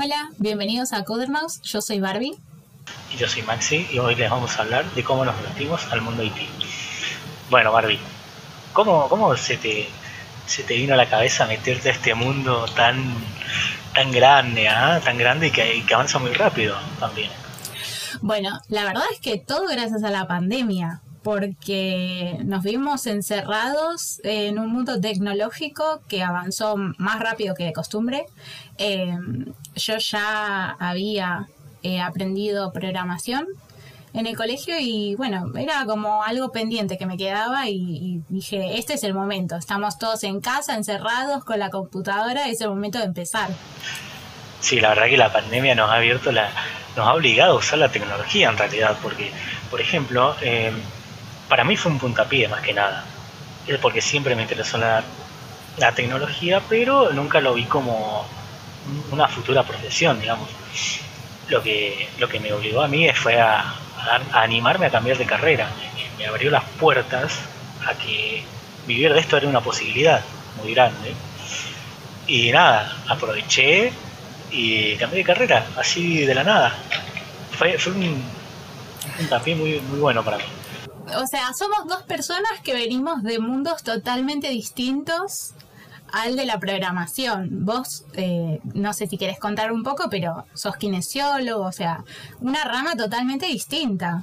Hola, bienvenidos a Coder Mouse, yo soy Barbie. Y yo soy Maxi y hoy les vamos a hablar de cómo nos metimos al mundo IT. Bueno, Barbie, ¿cómo se te vino a la cabeza meterte a este mundo tan grande, tan grande y que avanza muy rápido también? Bueno, la verdad es que todo gracias a la pandemia, porque nos vimos encerrados en un mundo tecnológico que avanzó más rápido que de costumbre. Yo ya había aprendido programación en el colegio y bueno, era como algo pendiente que me quedaba y dije, este es el momento, estamos todos en casa, encerrados con la computadora, es el momento de empezar. Sí, la verdad que la pandemia nos ha obligado a usar la tecnología en realidad, porque, por ejemplo, para mí fue un puntapié más que nada. Es porque siempre me interesó la tecnología, pero nunca lo vi como una futura profesión, digamos. Lo que me obligó a mí fue a animarme a cambiar de carrera. Me abrió las puertas a que vivir de esto era una posibilidad muy grande. Y nada, aproveché y cambié de carrera, así de la nada. Fue un puntapié muy bueno para mí. O sea, somos dos personas que venimos de mundos totalmente distintos al de la programación. Vos, no sé si querés contar un poco, pero sos kinesiólogo, o sea, una rama totalmente distinta.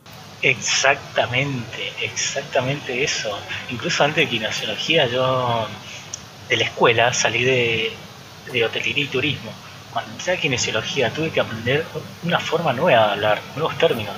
Exactamente eso. Incluso antes de kinesiología, yo de la escuela salí de hotelería y turismo. Cuando entré a kinesiología tuve que aprender una forma nueva de hablar, nuevos términos.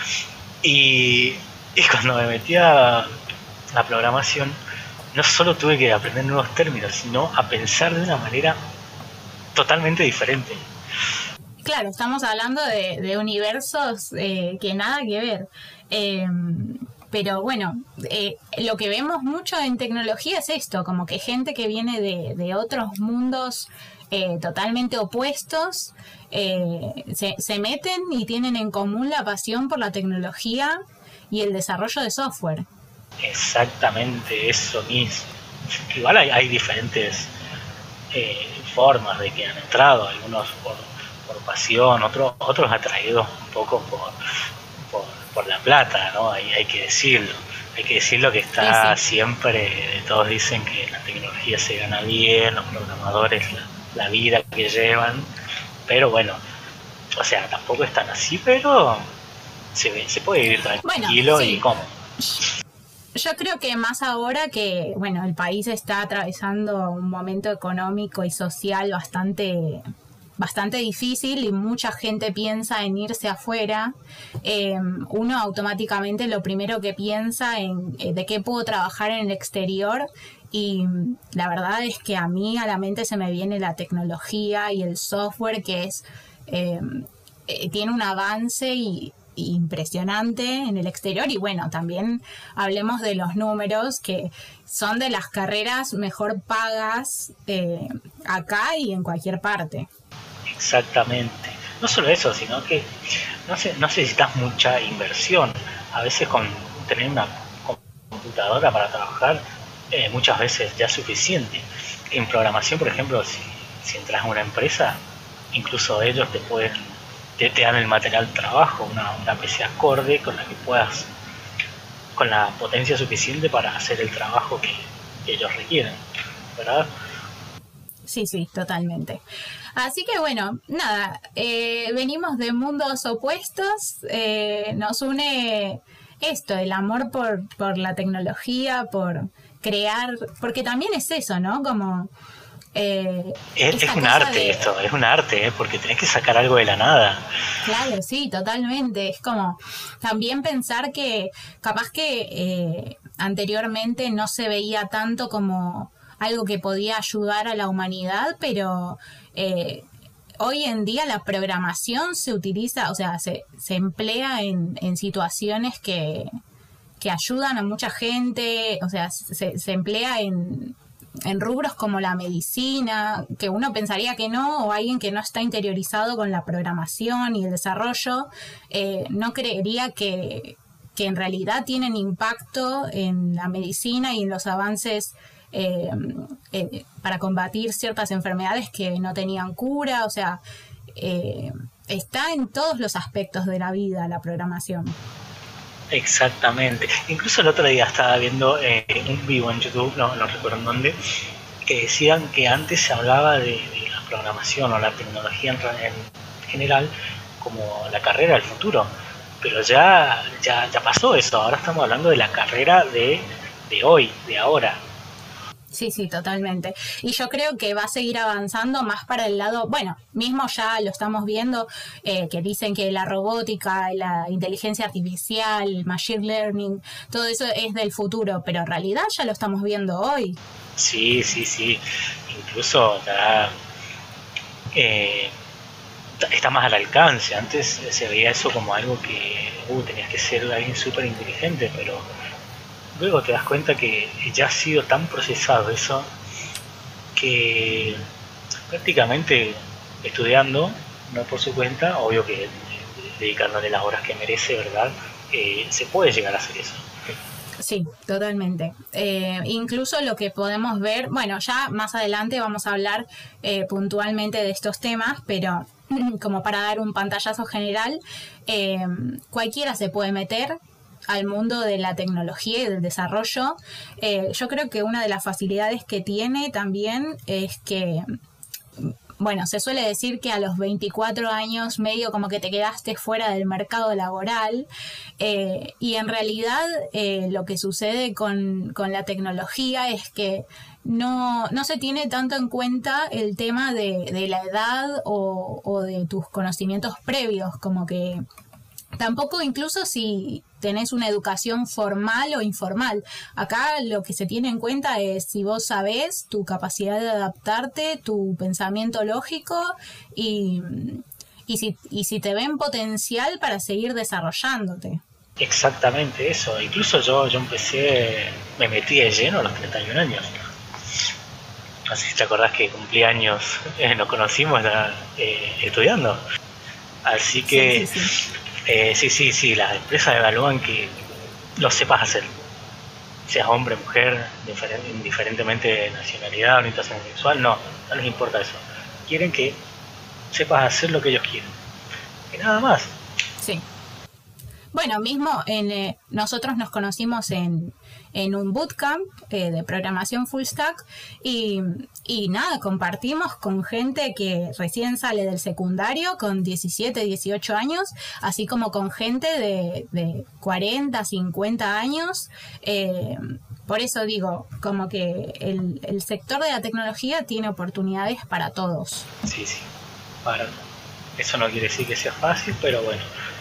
Y, y cuando me metí a la programación, no solo tuve que aprender nuevos términos, sino a pensar de una manera totalmente diferente. Claro, estamos hablando de universos que nada que ver. Eh, pero bueno, lo que vemos mucho en tecnología es esto, como que gente que viene de otros mundos totalmente opuestos se meten y tienen en común la pasión por la tecnología y el desarrollo de software. Exactamente eso mismo. Igual hay diferentes formas de que han entrado, algunos por pasión, otros atraídos un poco por la plata, ¿no? Hay que decirlo. Hay que decirlo que está Sí. siempre, todos dicen que la tecnología se gana bien, los programadores, la vida que llevan, pero bueno, o sea, tampoco es tan así, pero se puede vivir Bueno, tranquilo y sí. cómodo. Yo creo que más ahora que, bueno, el país está atravesando un momento económico y social bastante difícil y mucha gente piensa en irse afuera, uno automáticamente lo primero que piensa en de qué puedo trabajar en el exterior y la verdad es que a mí a la mente se me viene la tecnología y el software que es tiene un avance y impresionante en el exterior y bueno, también hablemos de los números que son de las carreras mejor pagas acá y en cualquier parte. Exactamente. No solo eso, sino que no necesitas mucha inversión. A veces con tener una computadora para trabajar, muchas veces ya es suficiente. En programación, por ejemplo, si entras a una empresa, incluso ellos te dan el material de trabajo, una PC acorde con la que puedas, con la potencia suficiente para hacer el trabajo que ellos requieren, ¿verdad? Sí, totalmente. Así que bueno, nada, venimos de mundos opuestos, nos une esto, el amor por la tecnología, por crear, porque también es eso, ¿no? Como Es esta un cosa arte de, esto, es un arte, porque tenés que sacar algo de la nada. claro, sí, totalmente, es como también pensar que capaz que anteriormente no se veía tanto como algo que podía ayudar a la humanidad, pero hoy en día la programación se utiliza, o sea, se emplea en situaciones que ayudan a mucha gente, o sea, se emplea en rubros como la medicina, que uno pensaría que no, o alguien que no está interiorizado con la programación y el desarrollo, no creería que en realidad tienen impacto en la medicina y en los avances para combatir ciertas enfermedades que no tenían cura, o sea, está en todos los aspectos de la vida la programación. Exactamente. Incluso el otro día estaba viendo un vivo en YouTube, no recuerdo en dónde, que decían que antes se hablaba de la programación o la tecnología en general como la carrera del futuro, pero ya pasó eso. Ahora estamos hablando de la carrera de hoy, de ahora. Sí, sí, totalmente. Y yo creo que va a seguir avanzando más para el lado, bueno, mismo ya lo estamos viendo, que dicen que la robótica, la inteligencia artificial, machine learning, todo eso es del futuro, pero en realidad ya lo estamos viendo hoy. Sí, sí, sí. Incluso ya, está más al alcance. Antes se veía eso como algo que tenías que ser alguien súper inteligente, pero luego te das cuenta que ya ha sido tan procesado eso que prácticamente estudiando, no por su cuenta, obvio que dedicándole las horas que merece, ¿verdad? Se puede llegar a hacer eso. Sí, totalmente. Incluso lo que podemos ver, bueno, ya más adelante vamos a hablar puntualmente de estos temas, pero como para dar un pantallazo general, cualquiera se puede meter al mundo de la tecnología y del desarrollo. Yo creo que una de las facilidades que tiene también es que, bueno, se suele decir que a los 24 años medio como que te quedaste fuera del mercado laboral, y en realidad lo que sucede con la tecnología es que no se tiene tanto en cuenta el tema de la edad o de tus conocimientos previos, como que tampoco incluso si tenés una educación formal o informal. Acá lo que se tiene en cuenta es si vos sabés tu capacidad de adaptarte, tu pensamiento lógico y si te ven potencial para seguir desarrollándote. Exactamente eso. Incluso yo me metí de lleno a los 31 años. No sé si te acordás que cumplí años, nos conocimos estudiando. Así que Sí, sí, sí. sí, las empresas evalúan que lo sepas hacer, seas hombre, mujer, indiferentemente de nacionalidad, orientación sexual, no les importa eso. Quieren que sepas hacer lo que ellos quieren. Y nada más. Sí. Bueno, mismo nosotros nos conocimos en un bootcamp de programación full stack y nada, compartimos con gente que recién sale del secundario con 17, 18 años, así como con gente de 40, 50 años. Por eso digo, como que el sector de la tecnología tiene oportunidades para todos. Sí, sí. Para, eso no quiere decir que sea fácil, pero bueno.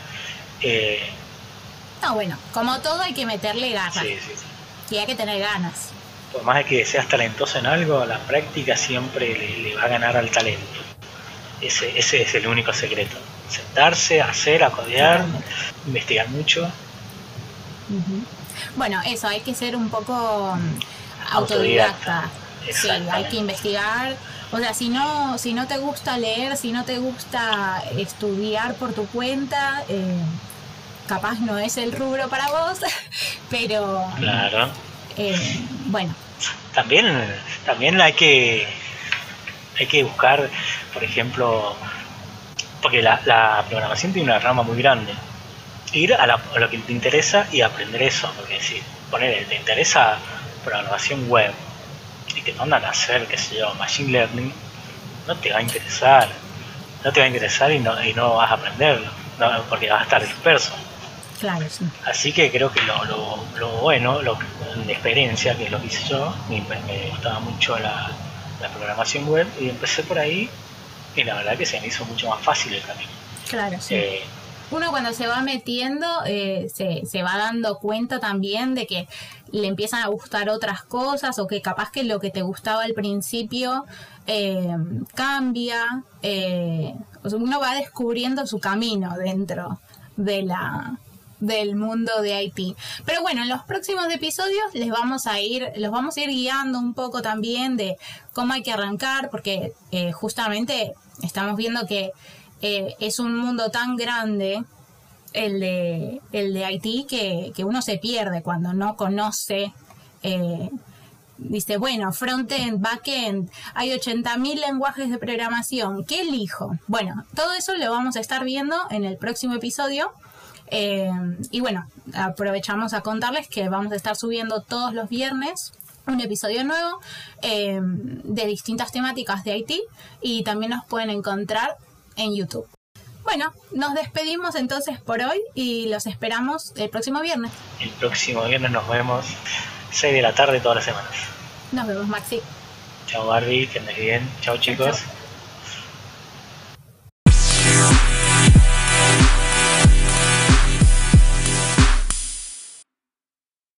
No, bueno, como todo hay que meterle ganas. Sí, sí, sí. Y hay que tener ganas. Por más de que seas talentoso en algo, la práctica siempre le va a ganar al talento. Ese es el único secreto. Sentarse, hacer, a codear, Totalmente. investigar mucho. Uh-huh. Bueno, eso, hay que ser un poco Autodidacta. autodidacta. Sí, hay que investigar. O sea, si no te gusta leer, si no te gusta estudiar por tu cuenta, capaz no es el rubro para vos, pero Claro. bueno. También hay que buscar, por ejemplo, porque la programación tiene una rama muy grande. Ir a lo que te interesa y aprender eso, porque si te interesa programación web y te mandan a hacer, qué sé yo, machine learning, no te va a interesar. No te va a interesar y no vas a aprenderlo, no, porque vas a estar disperso. Claro, sí. Así que creo que lo bueno, de experiencia, que es lo que hice yo, me gustaba mucho la programación web y empecé por ahí y la verdad que se me hizo mucho más fácil el camino. Claro, sí. Uno cuando se va metiendo se va dando cuenta también de que le empiezan a gustar otras cosas o que capaz que lo que te gustaba al principio cambia. O sea, uno va descubriendo su camino dentro del mundo de IT. Pero bueno, en los próximos episodios los vamos a ir guiando un poco también de cómo hay que arrancar, porque justamente estamos viendo que es un mundo tan grande el de IT que uno se pierde cuando no conoce dice, bueno, frontend, backend, hay 80.000 lenguajes de programación, ¿qué elijo? Bueno, todo eso lo vamos a estar viendo en el próximo episodio. Y bueno, aprovechamos a contarles que vamos a estar subiendo todos los viernes un episodio nuevo de distintas temáticas de IT, y también nos pueden encontrar en YouTube. Bueno, nos despedimos entonces por hoy y los esperamos el próximo viernes. El próximo viernes nos vemos 6 de la tarde todas las semanas. Nos vemos, Maxi. Chao Barbie, que andes bien. Chao chicos. Chao.